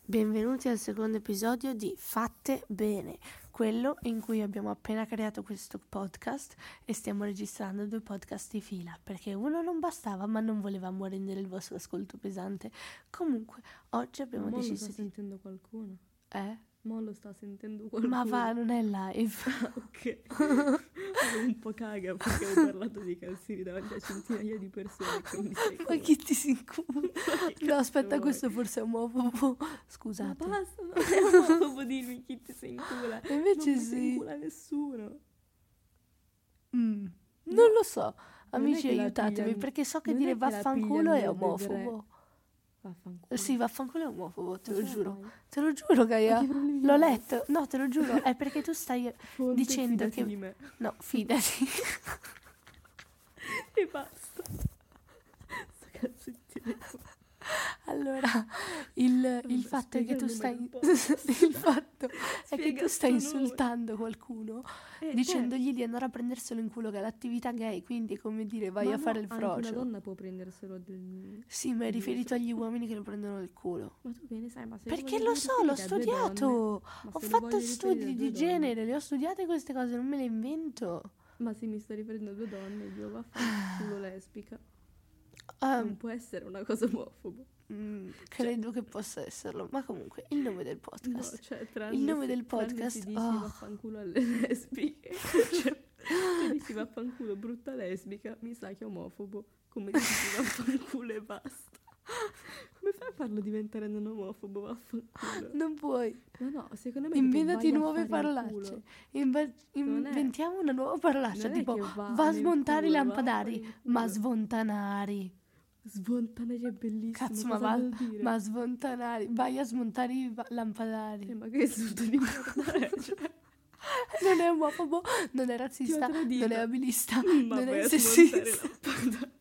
Benvenuti al secondo episodio di Fatte Bene, quello in cui abbiamo appena creato questo podcast e stiamo registrando 2 podcast di fila, perché uno non bastava ma non volevamo rendere il vostro ascolto pesante. Comunque, oggi abbiamo Mo deciso lo sta sentendo qualcuno? Mo lo sta sentendo qualcuno? Ma va, non è live. Ok. Ero un po' caga perché ho parlato di calzini davanti a centinaia di persone, quindi Ma chi ti si incula? No, aspetta, vuoi? questo forse è omofobo. Ma Scusate. basta, non è omofobo dirmi chi ti sei in culo. E invece non mi sei in sì. culo a nessuno. Non lo so. Non è Amici, che la aiutatemi, pigliano- perché so che non è dire che la vaffanculo è pigliano delle omofobo. Vaffanculo. Sì, vaffanculo è omofobo, te Ma lo ce la giuro. fai? Te lo giuro, Gaia. Ma che problemi L'ho hai? letto. No, te lo giuro. È perché tu stai Fonte, dicendo fidati che... di me. No, fidati. E basta. Sto cazzo di telefono. Allora, il Vabbè, fatto è che tu spiega stai... il nome del podcast. il fatto è che Spiega tu stai sto nome. insultando qualcuno dicendogli di andare a prenderselo in culo, che è l'attività gay, quindi è come dire vai Ma a fare no, il anche una frocio. donna può prenderselo del... Sì, ma è del riferito uso. agli uomini che lo prendono nel culo. Ma tu che ne sai? Ma se Perché lo lo voglio so, l'ho riferire a due donne, studiato. ma Ho se lo fatto voglio riferire studi a di due donne, genere, le ho studiate queste cose, non me le invento. ma se mi sto riferendo a due donne, io vaffanculo lesbica. Ah, Non può essere una cosa omofoba. credo che possa esserlo, ma comunque il nome del No, podcast. cioè, tranne Il nome se- del tranne podcast, se dici oh. vaffanculo alle lesbiche. Cioè, se dici vaffanculo brutta lesbica, mi sa che è omofobo. Come dici vaffanculo e basta. Come fai a farlo diventare non omofobo, vaffanculo? Non puoi. No, secondo me Inventati tipo, vai a nuove fare il parolacce. culo. Non è- Inventiamo una nuova parolaccia, non è tipo che va va a nel smontare i culo, va a lampadari, fare il ma culo. svontanari. Svontanare è bellissimo. Cazzo, ma cosa va, vuol dire? ma svontanari, vai a smontare i lampadari. Ma che insulto di merda è? Cioè, Non è omofobo, non è ti ho razzista, tradito. non è abilista, Ma non vai è a smontare sessista. lampadari.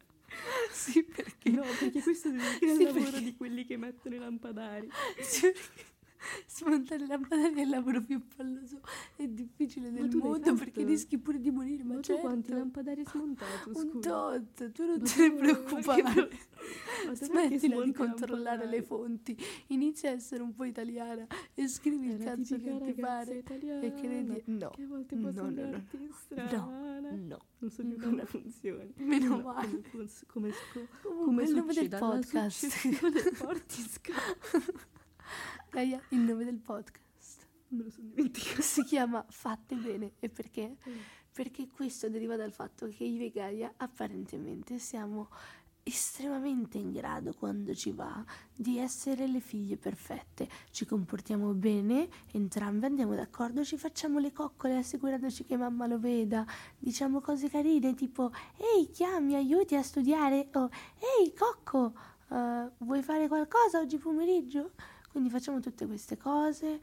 Sì, perché? No, perché questo deve essere Sì, il lavoro perché- di quelli che mettono i lampadari. Sì, perché smontare lampadari è il lavoro più palloso e difficile del tu l'hai mondo, fatto? perché rischi pure di morire, ma Ma tu certo. quanti lampadari hai smontato, Un scusa? tot, tu non Ma te ne dove? preoccupare. Ma dov'è che Smettila di smonti controllare lampadari? le fonti, inizia a essere un po' italiana e scrivi il È la cazzo tipica che ti ragazza pare italiana e credi... No, che a volte può no, no, sembrarti no, strana. no, Non so più no, come no. funzioni. Meno No, male. come Comunque il nome succede del alla podcast. successione porti scappo. Gaia, il nome del podcast Me lo sono dimenticato. si chiama Fatte Bene. E perché? Perché questo deriva dal fatto che io e Gaia apparentemente siamo estremamente in grado, quando ci va, di essere le figlie perfette. Ci comportiamo bene, entrambe andiamo d'accordo, ci facciamo le coccole assicurandoci che mamma lo veda, diciamo cose carine tipo ehi chiami, aiuti a studiare, o ehi cocco, vuoi fare qualcosa oggi pomeriggio? Quindi facciamo tutte queste cose,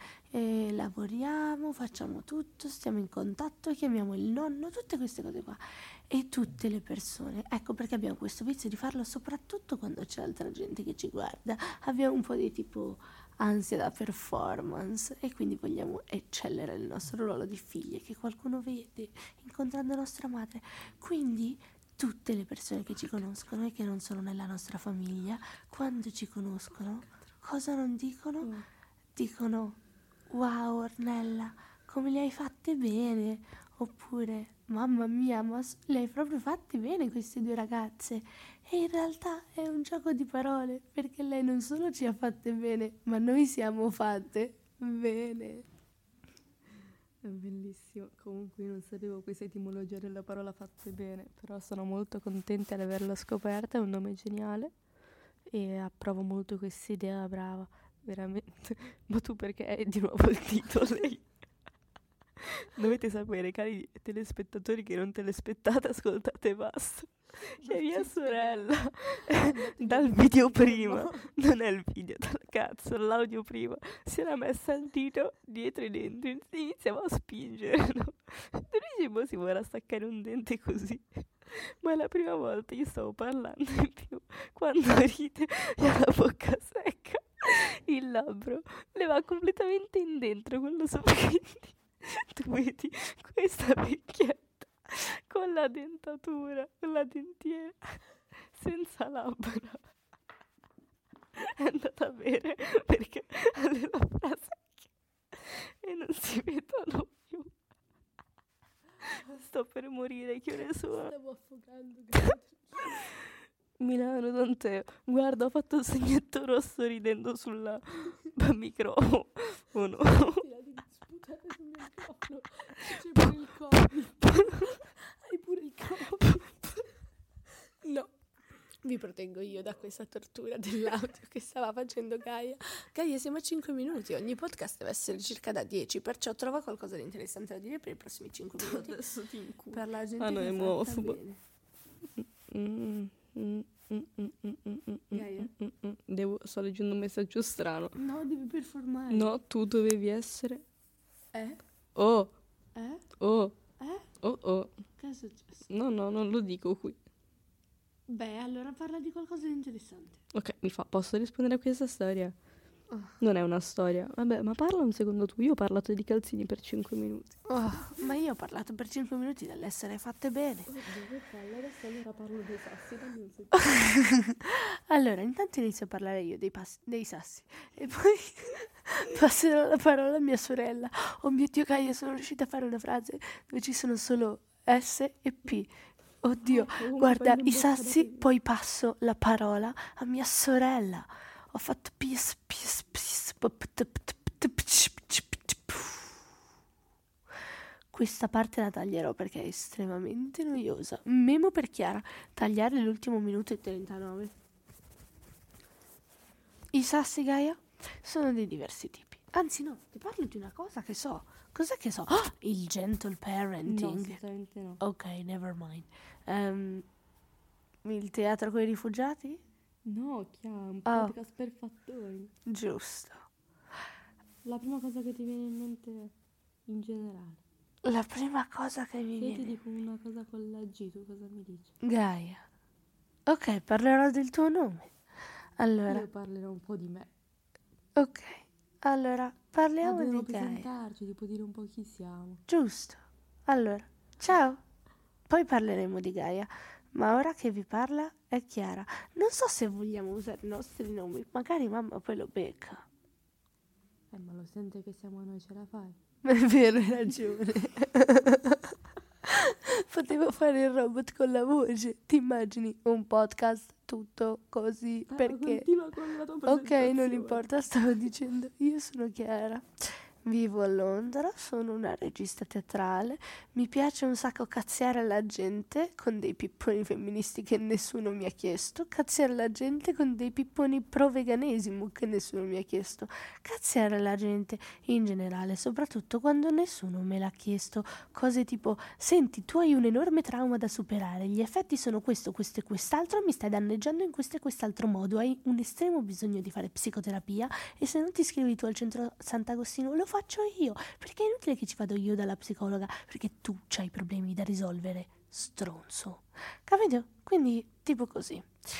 lavoriamo, facciamo tutto, stiamo in contatto, chiamiamo il nonno, tutte queste cose qua. E tutte le persone, ecco perché abbiamo questo vizio di farlo soprattutto quando c'è altra gente che ci guarda, abbiamo un po' di tipo ansia da performance e quindi vogliamo eccellere nel nostro ruolo di figlie che qualcuno vede incontrando nostra madre. Quindi tutte le persone che ci conoscono e che non sono nella nostra famiglia, quando ci conoscono, cosa non dicono? Dicono wow Ornella, come le hai fatte bene, oppure mamma mia, ma le hai proprio fatte bene queste 2 ragazze. E in realtà è un gioco di parole, perché lei non solo ci ha fatte bene, ma noi siamo fatte bene. È bellissimo. Comunque io non sapevo questa etimologia della parola fatte bene, però sono molto contenta di averla scoperta, è un nome geniale e approvo molto questa idea, brava, veramente. Ma tu perché hai di nuovo il titolo? Dovete sapere, cari telespettatori che non telespettate, ascoltate basta. Che mia sorella dal video prima, non è il video, dal cazzo, l'audio prima, si era messa il dito dietro e dentro, iniziamo a spingere, no? Dicevamo si vorrà staccare un dente così, ma è la prima volta, io stavo parlando in più, quando ride e ha la bocca secca, il labbro le va completamente in dentro, quello sopra, quindi tu vedi questa vecchietta con la dentatura, con la dentiera, senza labbra. è andata a bere perché aveva preso e non si vedono più. Sto per morire, che ore sono? Stavo affogando. Milano, Dante, guarda, ho fatto il segnetto rosso ridendo sul microfono. Ti sputare sul microfono. C'è pure il Covid. Hai pure il Covid. No. Vi proteggo io da questa tortura dell'audio che stava facendo Gaia. Gaia, siamo a 5 minuti. Ogni podcast deve essere circa da 10. Perciò trova qualcosa di interessante da dire per i prossimi 5 minuti. Adesso ti incubo. Per la gente no, che è è omofobo. Gaia? Sto leggendo un messaggio strano. No, devi performare. No, tu dovevi essere. Oh. Oh. Che è successo? No, non lo dico qui. Beh, allora parla di qualcosa di interessante. Ok, posso rispondere a questa storia? Oh. Non è una storia. Vabbè, ma parla un secondo tu. Io ho parlato di calzini per 5 minuti. Ma io ho parlato per 5 minuti dell'essere fatte bene. Adesso allora parlo dei sassi. Allora, intanto inizio a parlare io dei sassi. E poi passerò la parola a mia sorella. Oh mio Dio, Gaia, sono riuscita a fare una frase dove ci sono solo S e P. Oddio, guarda, i sassi, poi passo la parola a mia sorella. Ho fatto pis. Questa parte la taglierò perché è estremamente noiosa. Memo per Chiara, tagliare l'ultimo minuto e 39. I sassi, Gaia, sono di diversi tipi. Anzi no, ti parlo di una cosa che so. Cos'è che so? Il gentle parenting. No, assolutamente no. Ok, never mind. Il teatro con i rifugiati? No, un podcast per fattori. Giusto. La prima cosa che ti viene in mente in generale. La prima cosa che mi Se io viene... ti dico una cosa con la G, tu cosa mi dici? Gaia. Ok, parlerò del tuo nome. Allora, Io parlerò un po' di me. ok. Allora, parliamo Dobbiamo di Gaia. presentarci, tipo dire un po' chi siamo. Giusto. Allora, ciao. Poi parleremo di Gaia. Ma ora che vi parla è Chiara. Non so se vogliamo usare i nostri nomi. Magari mamma poi lo becca. Ma lo sente che siamo noi, ce la fai? È vero, hai ragione. Potevo fare il robot con la voce. Ti immagini un podcast tutto così? Perché? Continua con la tua Ok, presentazione. non importa, stavo dicendo, io sono Chiara. Vivo a Londra, sono una regista teatrale, mi piace un sacco cazziare la gente con dei pipponi femministi che nessuno mi ha chiesto, cazziare la gente con dei pipponi pro-veganesimo che nessuno mi ha chiesto, cazziare la gente in generale, soprattutto quando nessuno me l'ha chiesto, cose tipo, senti, tu hai un enorme trauma da superare, gli effetti sono questo, questo e quest'altro, mi stai danneggiando in questo e quest'altro modo, hai un estremo bisogno di fare psicoterapia e se non ti iscrivi tu al centro Sant'Agostino lo faccio io, perché è inutile che ci vado io dalla psicologa, perché tu c'hai problemi da risolvere, stronzo. Capito? Quindi, tipo così.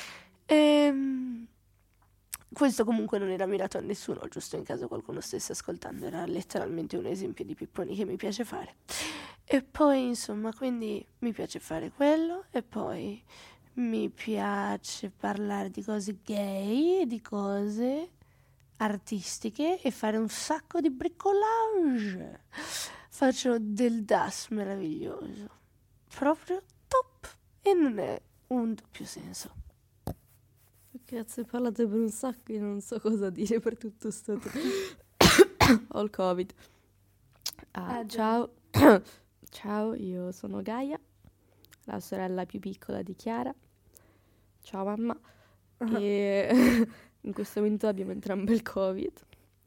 Questo comunque non era mirato a nessuno, giusto in caso qualcuno stesse ascoltando, era letteralmente un esempio di pipponi che mi piace fare. E poi, insomma, quindi mi piace fare quello, e poi mi piace parlare di cose gay, di cose artistiche e fare un sacco di bricolage. Faccio del DAS meraviglioso, proprio top, e non è un doppio senso. Cazzo, parlate per un sacco e non so cosa dire per tutto sto tempo. Ho il Covid. Ciao. Ciao, io sono Gaia, la sorella più piccola di Chiara. Ciao mamma. E in questo momento abbiamo entrambe il Covid.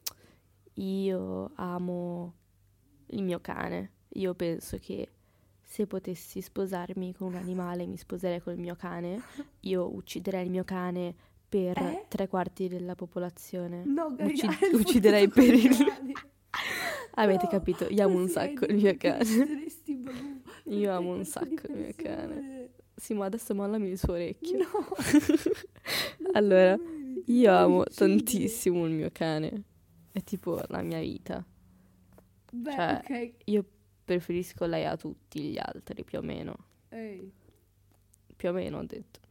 Io amo il mio cane. Io penso che se potessi sposarmi con un animale mi sposerei con il mio cane. Io ucciderei il mio cane per 3/4 della popolazione. No, Gaia, ucciderei per il... Avete capito? Io amo un sacco il mio cane. Io amo un sacco il mio cane. Sì, ma adesso mollami il suo orecchio. No. Allora, io amo tantissimo il mio cane. È tipo la mia vita. Beh, cioè, ok. io preferisco lei a tutti gli altri, più o meno. Ehi. Più o meno, ho detto.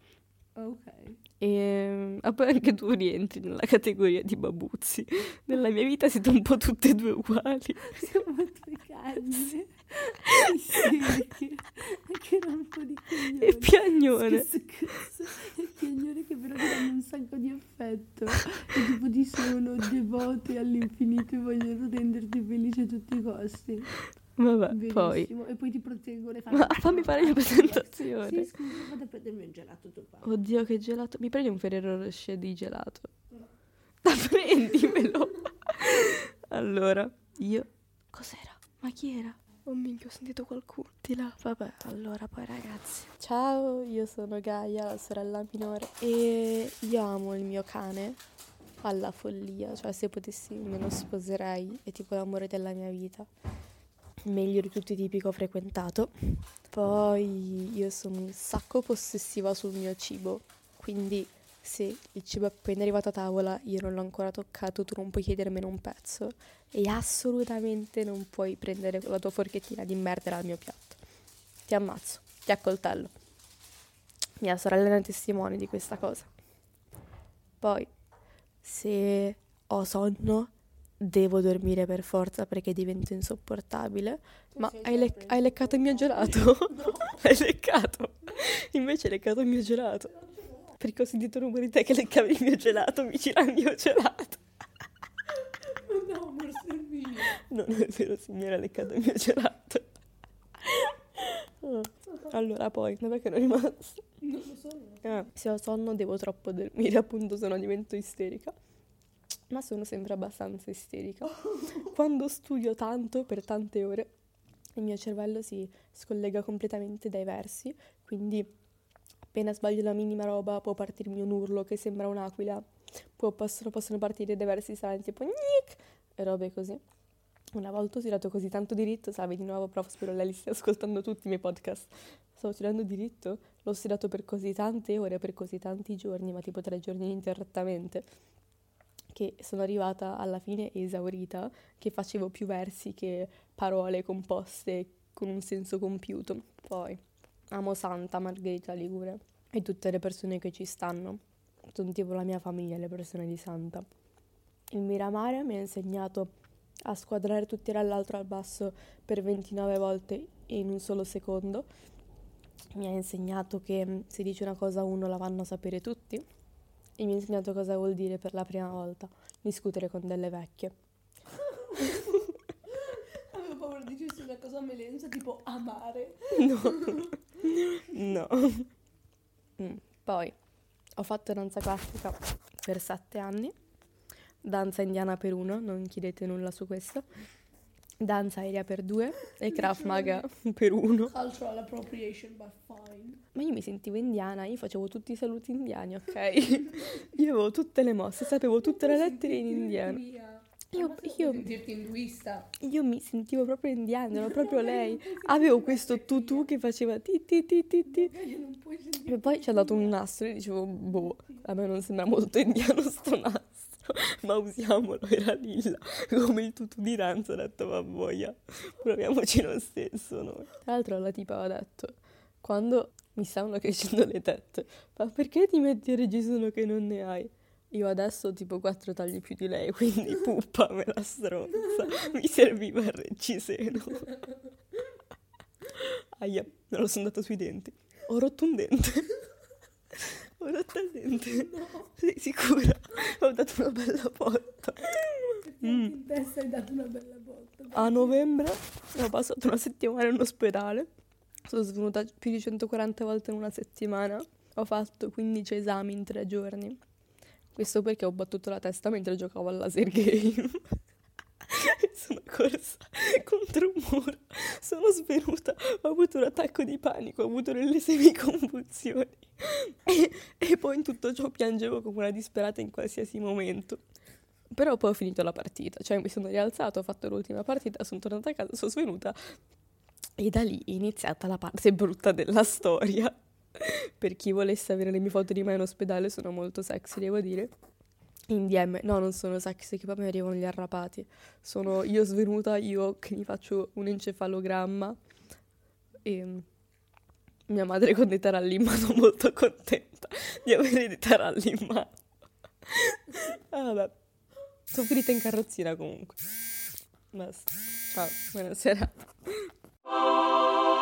Ok. E poi anche tu rientri nella categoria di babuzzi. Nella mia vita siete un po' tutte e due uguali. Siamo due cagne isteriche che rompo di coglioni. E piagnone. E piagnone che però ti danno un sacco di affetto. E tipo ti sono devote all'infinito e vogliono renderti felice a tutti i costi. Vabbè, poi. Verissimo. E poi ti proteggono e Ma fammi fare la presentazione. Sì, scusa, vado a prendermi un gelato tuo padre. Oddio, che gelato. Mi prendi un Ferrero Rocher di gelato? Ma prendimelo. Allora, io... Cos'era? Ma chi era? Oh minchia, ho sentito qualcuno di là. Vabbè, allora poi ragazzi. Ciao, io sono Gaia, la sorella minore. E io amo il mio cane alla follia. Cioè, se potessi me lo sposerei. È tipo l'amore della mia vita. Meglio di tutti i tipi che ho frequentato. Poi io sono un sacco possessiva sul mio cibo, quindi se il cibo è appena arrivato a tavola io non l'ho ancora toccato, tu non puoi chiedermene un pezzo e assolutamente non puoi prendere la tua forchettina di merda dal mio piatto. Ti ammazzo, ti accoltello. Mia sorella è una testimone di questa cosa. Poi, se ho sonno, devo dormire per forza perché divento insopportabile. Ma hai leccato il mio gelato? No. Hai leccato? Invece hai leccato il mio gelato. Perché ho sentito rumore di te che leccavi il mio gelato vicino al mio gelato. No, amor, sei mio. Non è vero, signora, ha leccato il mio gelato. Allora, poi, dov'è che non è rimasto? Non lo so. Se ho sonno devo troppo dormire, appunto, se no divento isterica. Ma sono sempre abbastanza isterica. Quando studio tanto, per tante ore, il mio cervello si scollega completamente dai versi, quindi appena sbaglio la minima roba può partirmi un urlo che sembra un'aquila, possono partire dei versi strani tipo gnic e robe così. Una volta ho tirato così tanto diritto, salve di nuovo prof, spero lei li stia ascoltando tutti i miei podcast. Stavo tirando diritto, l'ho tirato per così tante ore, per così tanti giorni, ma tipo 3 giorni ininterrottamente, che sono arrivata alla fine esaurita, che facevo più versi che parole composte con un senso compiuto. Poi amo Santa Margherita Ligure e tutte le persone che ci stanno. Sono tipo la mia famiglia, le persone di Santa. Il Miramare mi ha insegnato a squadrare tutti dall'alto al basso per 29 volte in un solo secondo. Mi ha insegnato che se dice una cosa a uno la vanno a sapere tutti. E mi ha insegnato cosa vuol dire per la prima volta discutere con delle vecchie. Avevo paura di dirsi una cosa melenza tipo amare. No. Poi ho fatto danza classica per 7 anni, danza indiana per 1, non chiedete nulla su questo, danza aerea per 2 e Krav Maga per 1. Cultural appropriation, but fine. Ma io mi sentivo indiana, io facevo tutti i saluti indiani, ok? Io avevo tutte le mosse, sapevo tutte le lettere in indiano. Sentirti induista. Io mi sentivo proprio indiana, ero proprio lei. Avevo questo tutù che faceva ti ti ti ti ti. E poi ci ha dato un nastro e dicevo, boh, a me non sembra molto indiano sto nastro, ma usiamolo, era lilla, come il tutù di danza. Ho detto, va boia, proviamoci lo stesso noi. Tra l'altro la tipa aveva detto, quando mi stavano crescendo le tette, ma perché ti metti a reggiseno che non ne hai? Io adesso ho tipo 4 tagli più di lei, quindi puppa me la stronza, mi serviva il reggiseno. Aia, me lo sono dato sui denti. Ho rotto un dente. Ho rotto il dente. No. Sei sicura? Ho dato una bella botta. In testa hai dato una bella botta. A novembre ho passato una settimana in ospedale. Sono svenuta più di 140 volte in una settimana. Ho fatto 15 esami in 3 giorni. Questo perché ho battuto la testa mentre giocavo al laser game. Sono corsa contro un muro, sono svenuta, ho avuto un attacco di panico, ho avuto delle semiconvulsioni e poi in tutto ciò piangevo come una disperata in qualsiasi momento. Però poi ho finito la partita, cioè mi sono rialzata, ho fatto l'ultima partita, sono tornata a casa, sono svenuta e da lì è iniziata la parte brutta della storia. Per chi volesse avere le mie foto di me in ospedale sono molto sexy, devo dire. In DM, no, non sono sexy, che poi mi arrivano gli arrapati. Sono io svenuta, io che mi faccio un encefalogramma e Mia madre con dei taralli in mano, molto contenta di avere dei taralli in mano. Vabbè. Sono finita in carrozzina comunque. Basta. Ciao, buonasera.